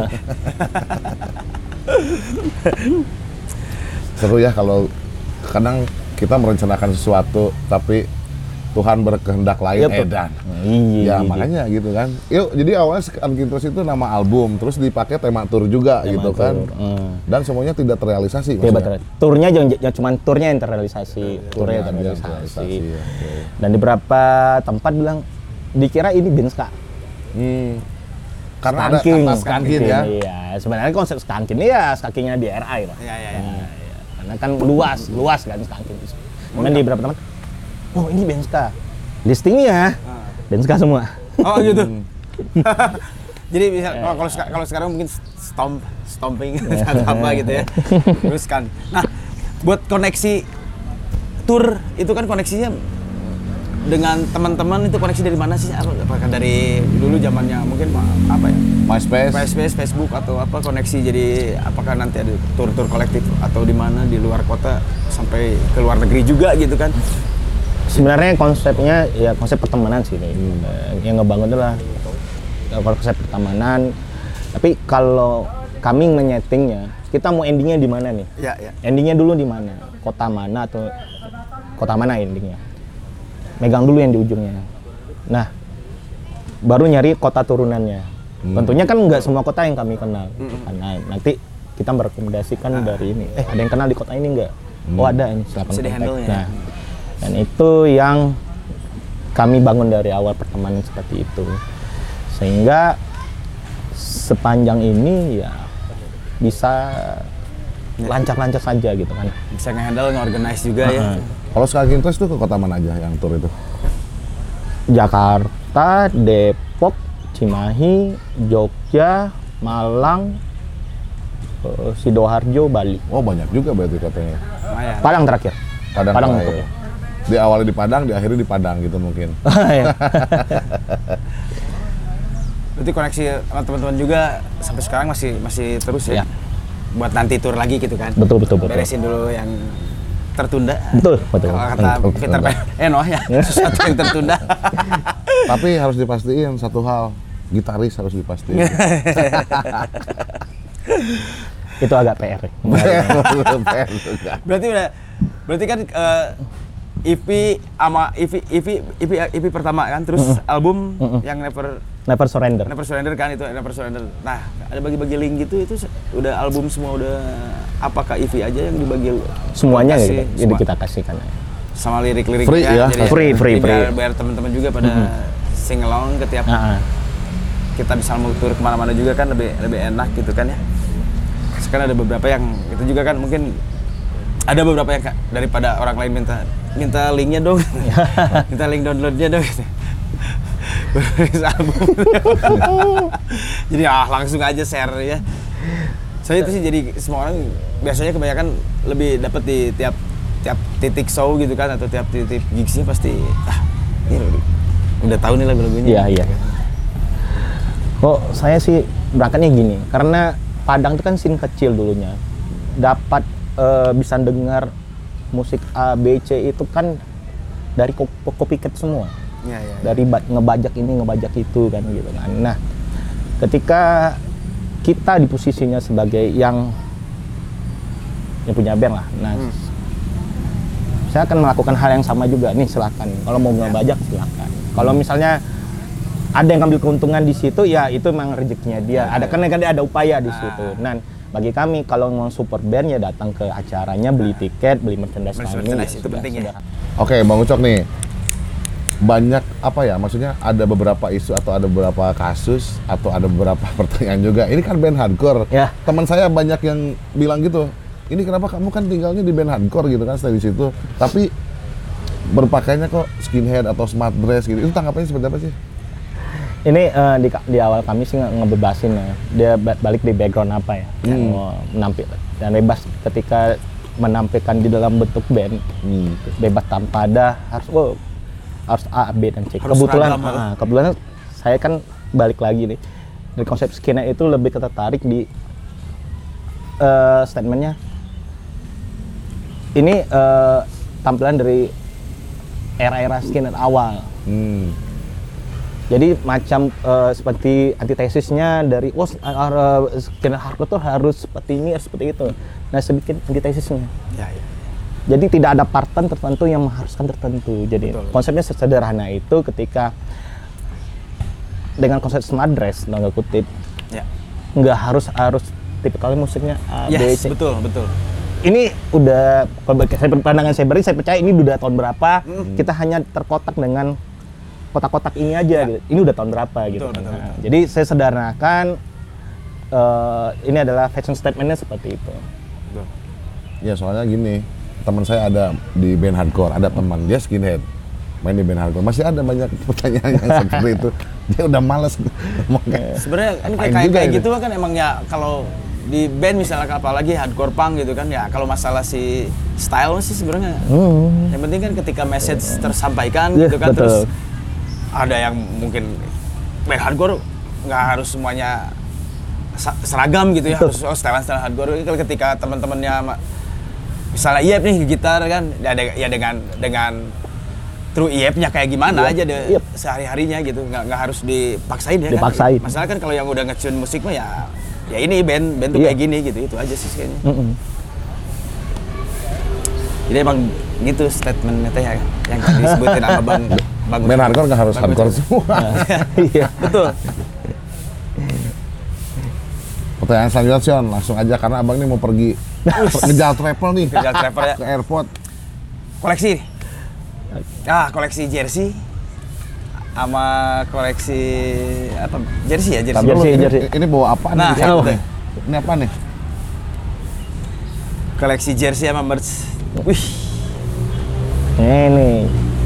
Seru ya kalau kadang kita merencanakan sesuatu tapi Tuhan berkehendak lain edan. Ya makanya gitu kan. Yuk, jadi awalnya Skanking Trash itu nama album, terus dipakai tema tour juga gitu kan. Dan semuanya tidak terrealisasi. Iya betul. Turnya jangan cuma turnya yang terrealisasi, turnya terrealisasi. Dan di beberapa tempat bilang dikira ini band ska. Karena ada kata skanking ya. Iya, sebenarnya konsep skanking ya skankingnya di RI lah. Iya. Karena kan luas kan skanking. Kemudian di beberapa teman, oh ini band ska. Listingnya band ska semua. Oh gitu. Jadi bisa kalau sekarang mungkin stomping atau apa gitu ya. Terus kan. Nah, buat koneksi tour itu kan koneksinya dengan teman-teman itu koneksi dari mana sih? Apakah dari dulu zamannya mungkin apa ya? MySpace, Facebook atau apa koneksi jadi apakah nanti ada tur-tur kolektif atau di mana di luar kota sampai ke luar negeri juga gitu kan? Sebenarnya konsepnya ya konsep pertemanan sih yang ngebangun itulah konsep pertemanan. Tapi kalau kami menyetingnya, kita mau endingnya di mana nih? Ya. Endingnya dulu di mana? Kota mana atau kota mana endingnya? Megang dulu yang di ujungnya. Nah, baru nyari kota turunannya. Tentunya kan nggak semua kota yang kami kenal. Karena nanti kita merekomendasikan dari ini. Ada yang kenal di kota ini nggak? Oh ada ini, silakan kontak. Nah, dan itu yang kami bangun dari awal pertemanan seperti itu. Sehingga sepanjang ini ya bisa lancar-lancar saja gitu kan. Bisa nge-handle, nge-organize juga ya. Kalau Skanking Trash tuh ke kota mana aja yang tur itu? Jakarta, Depok, Cimahi, Jogja, Malang, Sidoarjo, Bali. Oh banyak juga berarti katanya. Padang terakhir. Padang terakhir. Di awalnya di Padang, di akhirnya di Padang gitu mungkin. Berarti koneksi sama teman-teman juga sampai sekarang masih terus ya? Buat nanti tur lagi gitu kan? Betul. Beresin dulu yang tertunda. Betul. Kalau kata Peter Pan, ya, sesuatu yang tertunda. Tapi harus dipastikan satu hal, gitaris harus dipastikan. Itu agak PR. Berarti kan EP sama EP pertama kan, terus album yang Never Surrender. Never Surrender kan itu Never Surrender. Nah, ada bagi-bagi link gitu itu udah album semua udah apakah EP aja yang dibagi? Semuanya gitu. Jadi kita kasihkan. Sama lirik-liriknya free ya. Jadi free. Biar teman-teman juga pada sing along ke tiap kita bisa mau tur kemana-mana juga kan lebih enak gitu kan ya. Sekarang ada beberapa yang itu juga kan mungkin ada beberapa yang daripada orang lain minta linknya dong, minta link downloadnya dong. Album. Jadi langsung aja share ya. Saya itu sih jadi semua orang biasanya kebanyakan lebih dapat di tiap titik show gitu kan atau tiap titik gigsnya pasti ini udah tahu nih lagu-lagunya. Iya. Kok saya sih berangkatnya gini, karena Padang itu kan scene kecil dulunya. Dapat bisa dengar musik A, B, C itu kan dari copycat semua. Ya. Dari ngebajak ini, ngebajak itu kan gitu kan. Nah, ketika kita di posisinya sebagai yang punya band lah. Nah, saya akan melakukan hal yang sama juga. Nih silakan. Kalau mau ngebajak silakan. Kalau misalnya ada yang ambil keuntungan di situ, ya itu memang rezekinya dia. Ada kan ada upaya di situ. Nah, bagi kami kalau mau support band ya datang ke acaranya, beli tiket, beli merchandise kami. Itu penting ya. Oke, Bang Ucok nih. Banyak apa ya, maksudnya ada beberapa isu atau ada beberapa kasus atau ada beberapa pertanyaan juga. Ini kan band hardcore. Ya. Teman saya banyak yang bilang gitu. Ini kenapa kamu kan tinggalnya di band hardcore gitu kan, stay di situ. Tapi berpakaiannya kok skinhead atau smart dress gitu. Itu tanggapannya seperti apa sih? Ini di awal kami sih ngebebasin ya. Dia balik di background apa ya yang mau menampil dan bebas ketika menampilkan di dalam bentuk band. Bebas tanpa ada harus A, B, dan C. Kebetulan saya kan balik lagi nih dari konsep skinhead itu lebih tertarik di statementnya. Ini tampilan dari era-era skinhead awal. Jadi macam seperti antitesisnya dari skinhead hardcore tuh harus seperti ini, seperti itu. Nah, sedikit antitesisnya. Ya. Jadi tidak ada pattern tertentu yang mengharuskan tertentu. Jadi konsepnya sederhana itu ketika dengan konsep smart dress, nggak kutip, nggak harus tipikalnya musiknya A, B, C. Betul. Ini udah, pandangan saya percaya ini udah tahun berapa, kita hanya terkotak dengan kotak-kotak ini aja gitu. Ini udah tahun berapa gitu. Betul. Jadi saya sederhanakan ini adalah fashion statement-nya seperti itu. Ya soalnya gini, teman saya ada di band hardcore, ada teman dia skinhead main di band hardcore, masih ada banyak pertanyaan yang seperti itu. Dia udah males. Sebenarnya kan kayak gitu kan emang ya kalau di band misalnya apalagi hardcore punk gitu kan ya, kalau masalah si style sih sebenarnya yang penting kan ketika message tersampaikan gitu kan. Betul. Terus ada yang mungkin band hardcore nggak harus semuanya seragam gitu ya, harus style hardcore. Kalau ketika teman-temannya misalnya Iep nih gitar kan ya dengan true Iep-nya kayak gimana aja deh sehari-harinya gitu, nggak harus dipaksain ya dipaksain. kan. Masalah kan kalau yang udah nge-tune musik mah ya ini band tuh kayak gini gitu, itu aja sih kayaknya. Jadi emang gitu statementnya teh yang disebutin sama Bang Bagus. Band hardcore nggak harus hardcore semua. Iya. Betul. Pertanyaan selanjutnya Sion, langsung aja karena abang ini mau pergi ngejar travel nih. Ngejar travel ya. Ke airport. Koleksi. Koleksi jersey sama koleksi apa? Jersey ya, jersey. Jersey. Ini bawa apa Nah, nih? Ini apa nih? Koleksi jersey sama merch. Wih. Ini.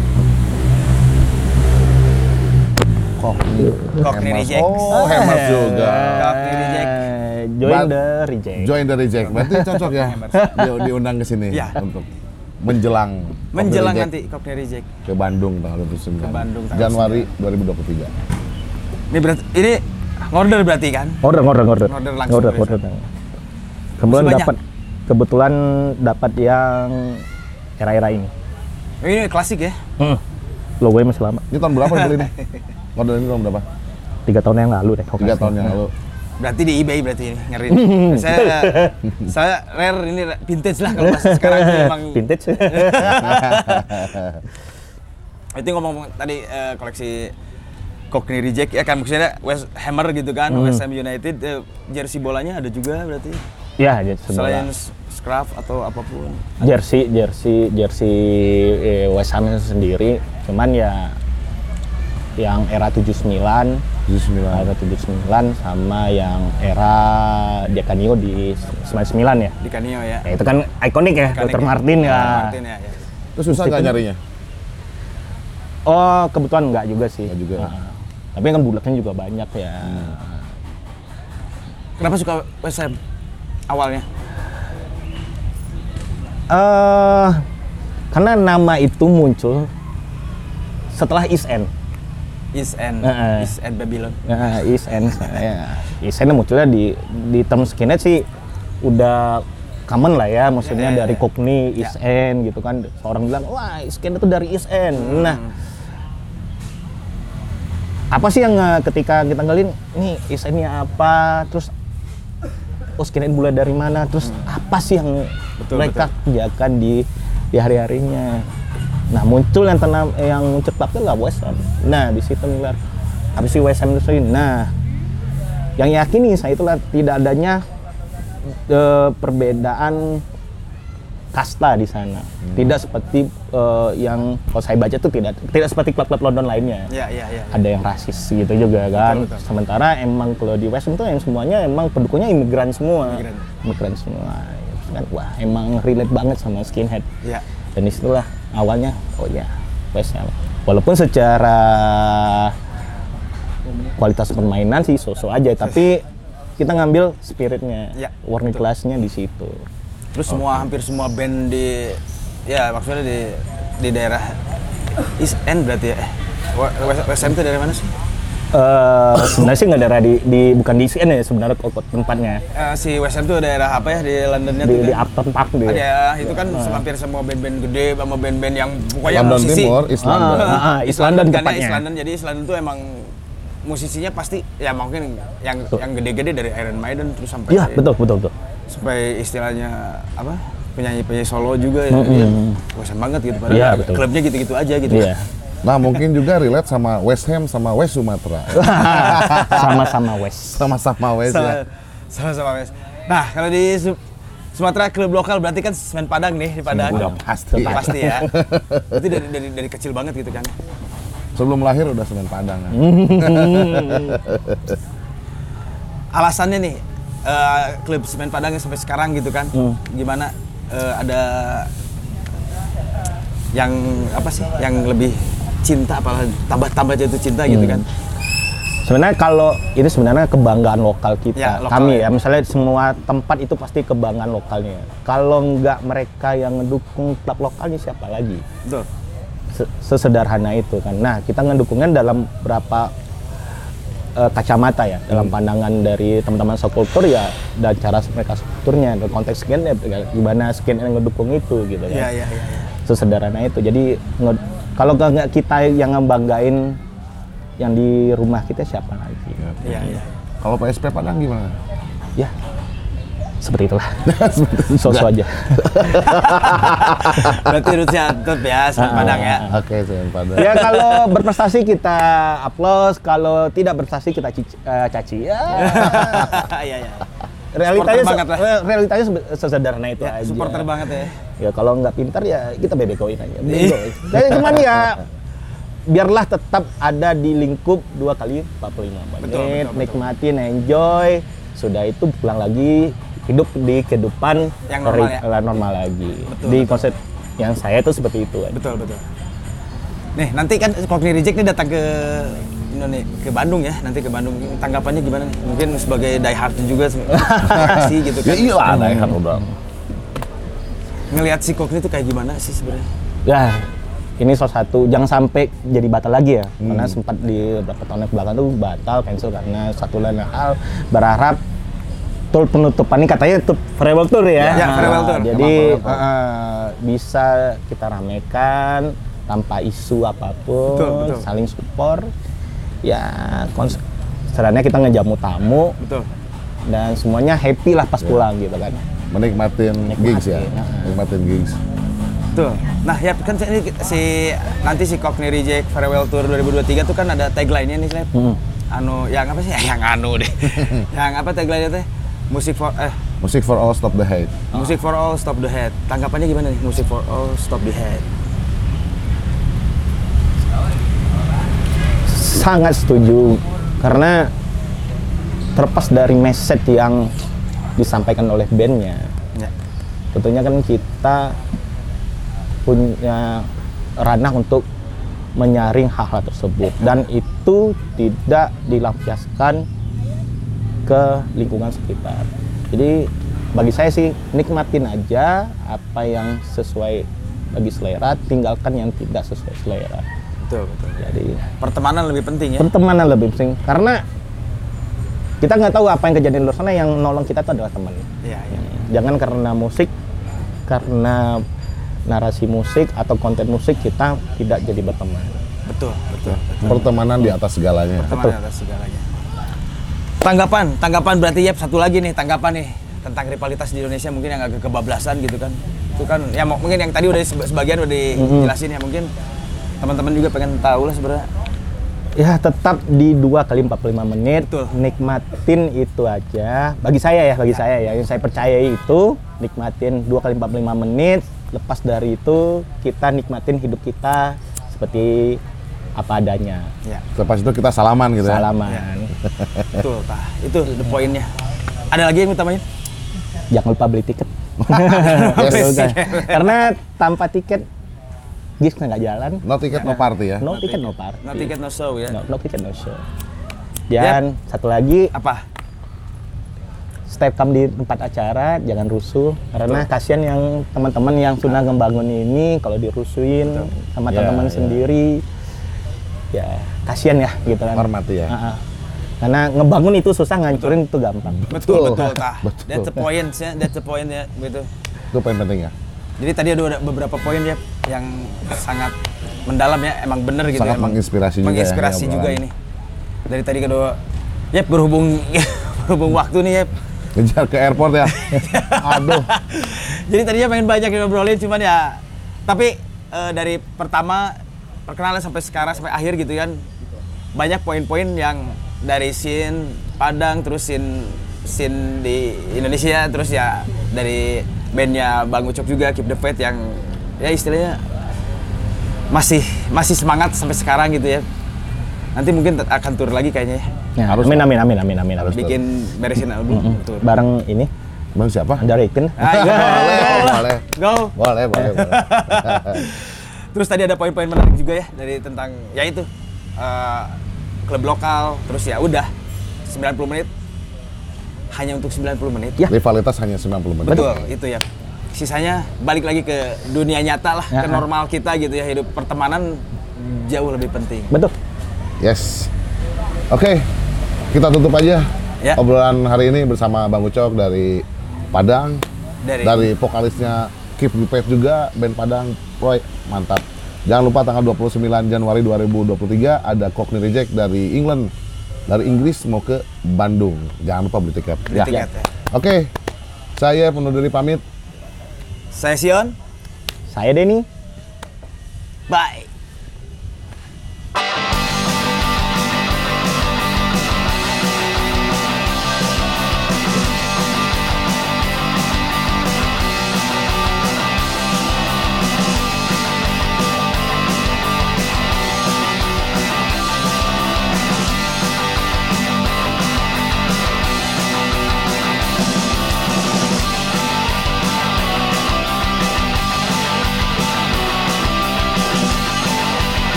Cockney Reject. Oh, hemat juga. Cockney Reject. Join the reject. Berarti cocok ya diundang ke sini untuk menjelang nanti Cockney Reject ke Bandung tanggal 29. Ke Bandung tanggal Januari 2023. Ini order berarti kan? Order langsung. Kebetulan dapat yang era-era ini. Ini klasik ya? Logonya masih lama. Ini tahun berapa beli nih? Order ini tahun berapa? 3 tahun yang lalu deh. 3 tahun yang lalu. Berarti di eBay berarti ini ngeri. Saya rare ini vintage lah kalau masih sekarang ini emang vintage. Itu ngomong tadi koleksi Cockney Reject ya kan, maksudnya West Hammer gitu kan, West Ham United, jersey bolanya ada juga berarti. Ya, jersey bola. Selain scrap atau apapun. Jersey West Ham sendiri, cuman ya yang era 79 sama yang era Di Canio di 99 ya. Di Canio ya. Itu kan ikonik ya, Dr. Martin ya. Terus susah nggak nyarinya? Oh, kebetulan nggak juga sih. Nggak juga. Tapi kan bulaknya juga banyak ya. Kenapa suka West Ham awalnya? Karena nama itu muncul setelah East End. East End Babylon. East End munculnya di term skinhead sih udah common lah ya, maksudnya dari Cockney, East End gitu kan. Seorang bilang, wah skinhead itu dari East End. Nah, apa sih yang ketika kita ngelin, nih East End-nya apa, terus skinhead mulai dari mana, terus apa sih yang mereka kerjakan di hari-harinya. Nah, muncul yang muncul klubnya lah West Ham. Nah, di situ ngeliat apa sih West Ham itu. Nah, yang yakini saya itulah tidak adanya perbedaan kasta di sana. Tidak seperti yang kalau saya baca itu tidak seperti klub-klub London lainnya. Iya. Ada yang rasis gitu juga kan. Betul. Sementara emang kalau di West Ham itu yang semuanya emang pendukungnya imigran semua. Imigran semua. Kan wah, emang relate banget sama skinhead. Iya. Dan disitulah awalnya, West Ham. Walaupun secara kualitas permainan sih so-so aja, tapi kita ngambil spiritnya, warna kelasnya di situ. Terus hampir semua band maksudnya di daerah East End berarti ya. West Ham itu dari mana sih? Sebenarnya sih nggak daerah bukan di East End ya sebenarnya tempatnya. Si West Ham itu daerah apa ya di Londonnya tuh? Di Upton Park deh. Itu kan hampir semua band-band gede sama band-band yang pokoknya London musisi. Timur, East London. East London tempatnya. East London, jadi East London tuh emang musisinya pasti ya mungkin yang gede-gede dari Iron Maiden terus sampai. Iya, betul. Sampai istilahnya apa? Penyanyi solo juga ya. West Ham banget gitu padahal klubnya gitu-gitu aja gitu. Iya. Nah, mungkin juga relate sama West Ham sama West Sumatera. Sama-sama West. Sama-sama West ya. Sama-sama West. Nah, kalau di Sumatera klub lokal berarti kan Semen Padang nih di Padang. Udah pasti ya. Berarti dari kecil banget gitu kan. Sebelum lahir udah Semen Padang kan? Alasannya nih, klub Semen Padang sampai sekarang gitu kan, gimana ada yang apa sih, yang lebih cinta, apa tambah jatuh cinta gitu kan? Sebenarnya kalau ini sebenarnya kebanggaan lokal kita, Ya, lokal kami ya. ya, misalnya semua tempat itu pasti kebanggaan lokalnya. Kalau nggak mereka yang ngedukung klub lokalnya siapa lagi? Betul. Sesederhana itu kan. Nah, kita ngedukungnya dalam berapa kacamata ya, dalam pandangan dari teman-teman subkultur ya, dan cara mereka subkulturnya, dan konteks skin ya, gimana skin yang ngedukung itu gitu kan. Iya. Sesederhana itu. Jadi kalau nggak kita yang ngebanggain yang di rumah kita, siapa lagi? Iya. Kalau PSP Padang gimana? Ya, seperti itulah. So-so aja. Berarti rootsnya tetap ya Semen Padang ya. Oke, Semen Padang. Ya kalau berprestasi kita aplaus, kalau tidak berprestasi kita caci. Ya. Iya. Realitanya Supporter banget lah. realitanya sesederhana itu Ya, aja. supporter banget ya. Ya kalau nggak pintar ya kita bebekoin aja. Tapi cuman ya biarlah tetap ada di lingkup 2 kali 45 menit, Betul. nikmatin, enjoy. Sudah itu pulang lagi hidup di kehidupan Yang normal ya? normal lagi. Betul, Di betul. konsep yang saya itu seperti itu aja. Betul. Nih, nanti kan Cockney Reject nih datang ke ke Bandung ya, nanti ke Bandung. Tanggapannya gimana nih? Mungkin sebagai die hard juga reaksi gitu kan. Ya iyalah, Daihat udah. Ngelihat si Cockney itu kayak gimana sih sebenarnya? Ya, ini salah satu, jangan sampai jadi batal lagi ya. Karena sempat di beberapa tahun yang belakang tuh batal, cancel karena satu lain hal. Berharap tour penutupan ini katanya tuh farewell tour ya. Ya, farewell tour. Jadi Emang farewell tour. bisa kita ramekan tanpa isu apapun, Betul. saling support. Ya, sebenarnya kita ngejamu tamu Betul. dan semuanya happy lah pas pulang gitu kan. Menikmatin gigs ya. Nikmatin gigs. Tuh. Nah, ya kan nanti si Cockney Reject Farewell Tour 2023 tuh kan ada tagline-nya nih, Slep. Yang apa sih? Yang deh. Yang apa tagline-nya teh? Music for all, stop the hate. Music for all, stop the hate. Tanggapannya gimana nih? Music for all, stop the hate. Sangat setuju, karena terlepas dari message yang disampaikan oleh bandnya, Ya. tentunya kan kita punya ranah untuk menyaring hal-hal tersebut, dan itu tidak dilampiaskan ke lingkungan sekitar. Jadi bagi saya sih, nikmatin aja apa yang sesuai bagi selera, tinggalkan yang tidak sesuai selera. Betul. Jadi Pertemanan lebih penting ya. pertemanan lebih penting, karena kita nggak tahu apa yang kejadian di luar sana. Yang nolong kita itu adalah teman. Iya. Jangan karena musik, karena narasi musik atau konten musik kita tidak jadi berteman. Betul. Pertemanan di atas segalanya. Pertemanan atas segalanya. Tanggapan berarti ya satu lagi nih, tanggapan nih tentang rivalitas di Indonesia mungkin yang agak kebablasan gitu kan. Itu kan ya mungkin yang tadi udah sebagian udah dijelasin ya, mungkin teman-teman juga pengen tahu lah sebenarnya. Ya tetap di 2 kali 45 menit, Betul. nikmatin itu aja. Bagi saya ya, yang saya percaya itu nikmatin 2 kali 45 menit. Lepas dari itu kita nikmatin hidup kita seperti apa adanya. Ya. Lepas itu kita salaman gitu ya. Salaman. Betul, itu the point-nya. Ada lagi yang utamanya? Jangan lupa beli tiket. Yes. Karena tanpa tiket gigs nggak jalan. No ticket, no party ya. No ticket, no party. No ticket, no show ya. No ticket, no show. Dan satu lagi, Apa? step come di tempat acara jangan rusuh, karena kasihan yang teman-teman yang sudah ngebangun ini kalau dirusuhin sama Ya, teman-teman ya. sendiri, ya kasihan ya gitu kan. Hormati ya. Karena ngebangun itu susah, ngancurin itu gampang. Betul. Betul. That's the point ya, gitu. Itu paling penting ya. Jadi tadi ada beberapa poin ya yang sangat mendalam ya, emang bener gitu. Sangat emang menginspirasi juga ya, menginspirasi ya, juga obrolan. ini. Dari tadi kedua, berhubung waktu nih ya. Ngejar ke airport ya. Aduh. Jadi tadinya pengen banyak yang ngobrolin, cuman ya, tapi dari pertama perkenalan sampai sekarang sampai akhir gitu kan, banyak poin-poin yang dari scene Padang, terus scene di Indonesia, terus ya dari bandnya Bang Ucok juga Keep the Faith yang ya istilahnya masih semangat sampai sekarang gitu ya. Nanti mungkin akan tur lagi kayaknya ya. Ya, amin. Bikin beresin album tur. Bareng ini. Bang siapa? Dari Ikin. Boleh. Go. Boleh. Terus tadi ada poin-poin menarik juga ya dari tentang ya itu klub lokal. Terus ya udah 90 menit hanya untuk 90 menit. Ya. Rivalitas hanya 90 menit. Betul, itu ya. Sisanya balik lagi ke dunia nyata lah, Ya. ke normal kita gitu ya. Hidup pertemanan jauh lebih penting. Betul. Yes. Oke, kita tutup aja Ya. obrolan hari ini bersama Bang Ucok dari Padang, dari vokalisnya Keep the Faith juga, band Padang, Roy, mantap. Jangan lupa tanggal 29 Januari 2023 ada Cockney Reject dari England, dari Inggris mau ke Bandung. Jangan lupa beli tiket. Tiket ya. Oke, saya penuh diri pamit. Saya Sion. Saya Denny. Bye.